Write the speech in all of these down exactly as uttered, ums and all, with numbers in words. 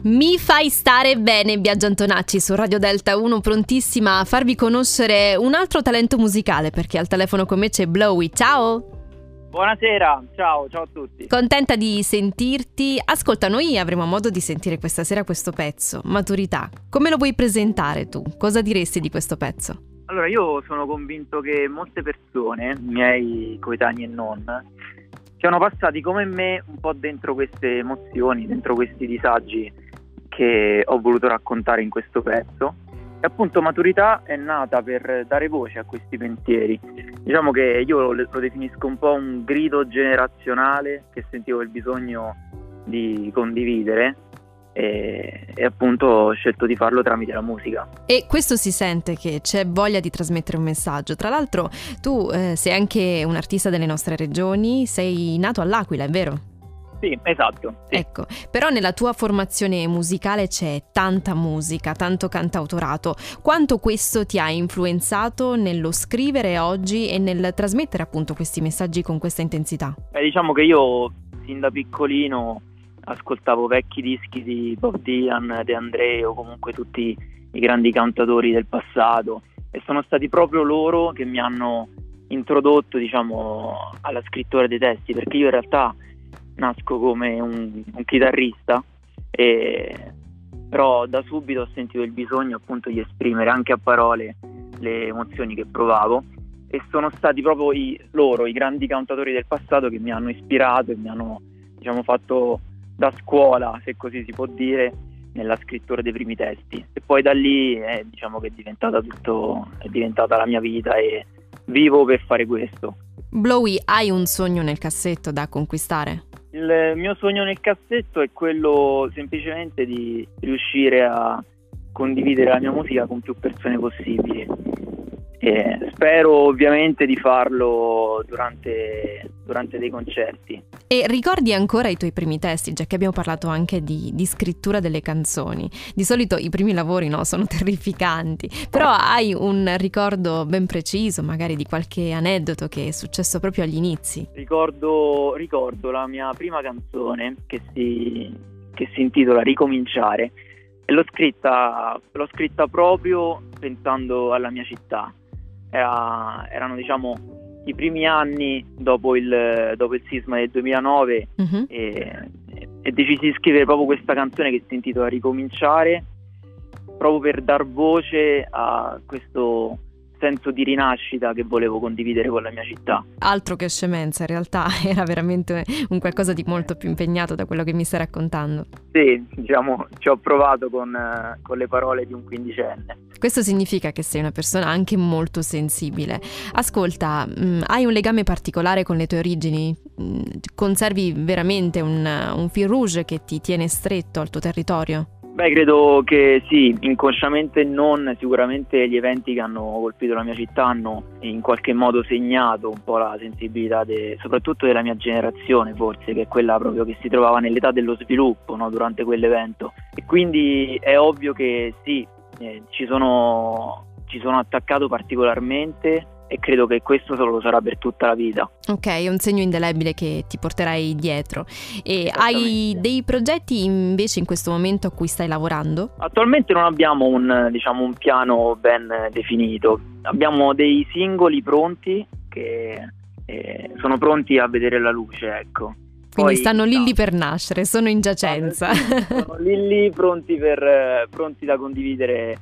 Mi fai stare bene, Biagio Antonacci su Radio Delta uno, prontissima a farvi conoscere un altro talento musicale, perché al telefono con me c'è Blowy. Ciao! Buonasera, ciao, ciao a tutti. Contenta di sentirti. Ascolta, noi avremo modo di sentire questa sera questo pezzo, Maturità. Come lo vuoi presentare tu? Cosa diresti di questo pezzo? Allora, io sono convinto che molte persone, miei coetanei e non, siano passati come me un po' dentro queste emozioni, dentro questi disagi che ho voluto raccontare in questo pezzo. E appunto Maturità è nata per dare voce a questi pensieri. Diciamo che io lo definisco un po' un grido generazionale che sentivo il bisogno di condividere e, e appunto ho scelto di farlo tramite la musica. E questo si sente, che c'è voglia di trasmettere un messaggio. Tra l'altro tu eh, sei anche un artista delle nostre regioni, sei nato all'Aquila, è vero? Sì, esatto. Sì. Ecco, però nella tua formazione musicale c'è tanta musica, tanto cantautorato. Quanto questo ti ha influenzato nello scrivere oggi e nel trasmettere appunto questi messaggi con questa intensità? Beh, diciamo che io sin da piccolino ascoltavo vecchi dischi di Bob Dylan, De André o comunque tutti i grandi cantatori del passato, e sono stati proprio loro che mi hanno introdotto, diciamo, alla scrittura dei testi, perché io in realtà nasco come un, un chitarrista, e però da subito ho sentito il bisogno appunto di esprimere anche a parole le emozioni che provavo, e sono stati proprio i, loro, i grandi cantatori del passato, che mi hanno ispirato e mi hanno, diciamo, fatto da scuola, se così si può dire, nella scrittura dei primi testi. E poi da lì è, diciamo che è diventata tutto, è diventata la mia vita e vivo per fare questo. Blowy, hai un sogno nel cassetto da conquistare? Il mio sogno nel cassetto è quello semplicemente di riuscire a condividere la mia musica con più persone possibili, e spero ovviamente di farlo durante, durante dei concerti. E ricordi ancora i tuoi primi testi, già che abbiamo parlato anche di, di scrittura delle canzoni? Di solito i primi lavori, no, sono terrificanti, però hai un ricordo ben preciso, magari di qualche aneddoto che è successo proprio agli inizi? Ricordo, ricordo la mia prima canzone che si, che si intitola Ricominciare, e l'ho scritta, l'ho scritta proprio pensando alla mia città. Era, erano diciamo i primi anni dopo il, dopo il sisma del duemilanove, uh-huh. e, e decisi di scrivere proprio questa canzone che si intitola Ricominciare, proprio per dar voce a questo senso di rinascita che volevo condividere con la mia città. Altro che scemenza, in realtà era veramente un qualcosa di molto più impegnato da quello che mi stai raccontando. Sì, diciamo, ci ho provato con, con le parole di un quindicenne. Questo significa che sei una persona anche molto sensibile. Ascolta, mh, hai un legame particolare con le tue origini? Mh, conservi veramente un, un fil rouge che ti tiene stretto al tuo territorio? Beh, credo che sì, inconsciamente non, sicuramente gli eventi che hanno colpito la mia città hanno in qualche modo segnato un po' la sensibilità de, soprattutto della mia generazione, forse, che è quella proprio che si trovava nell'età dello sviluppo, no, durante quell'evento. E quindi è ovvio che sì, eh, ci sono, ci sono attaccato particolarmente, e credo che questo solo lo sarà per tutta la vita. Ok, è un segno indelebile che ti porterai dietro. E hai dei progetti invece in questo momento a cui stai lavorando? Attualmente non abbiamo un, diciamo, un piano ben definito. Abbiamo dei singoli pronti che eh, sono pronti a vedere la luce, ecco. Quindi Poi, stanno lì no. lì per nascere, sono in giacenza. Sono lì lì pronti per pronti da condividere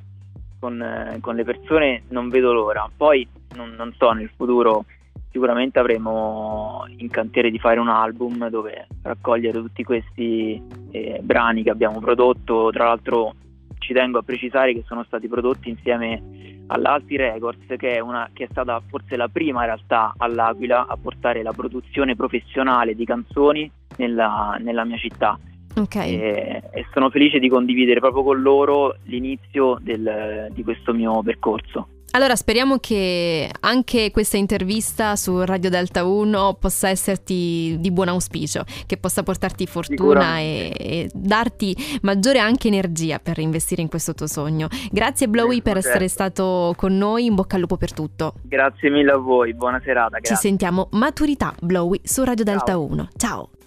con, con le persone, non vedo l'ora. Poi non, non so, nel futuro sicuramente avremo in cantiere di fare un album dove raccogliere tutti questi eh, brani che abbiamo prodotto. Tra l'altro ci tengo a precisare che sono stati prodotti insieme all'Alti Records, che è, una, che è stata forse la prima in realtà all'Aquila a portare la produzione professionale di canzoni nella, nella mia città. Okay. E, e sono felice di condividere proprio con loro l'inizio del, di questo mio percorso. Allora speriamo che anche questa intervista su Radio Delta uno possa esserti di buon auspicio, che possa portarti fortuna e, e darti maggiore anche energia per investire in questo tuo sogno. Grazie Blowy certo, per essere certo. stato con noi, in bocca al lupo per tutto. Grazie mille a voi, buona serata. Grazie. Ci sentiamo. Maturità, Blowy su Radio Delta Ciao. uno. Ciao.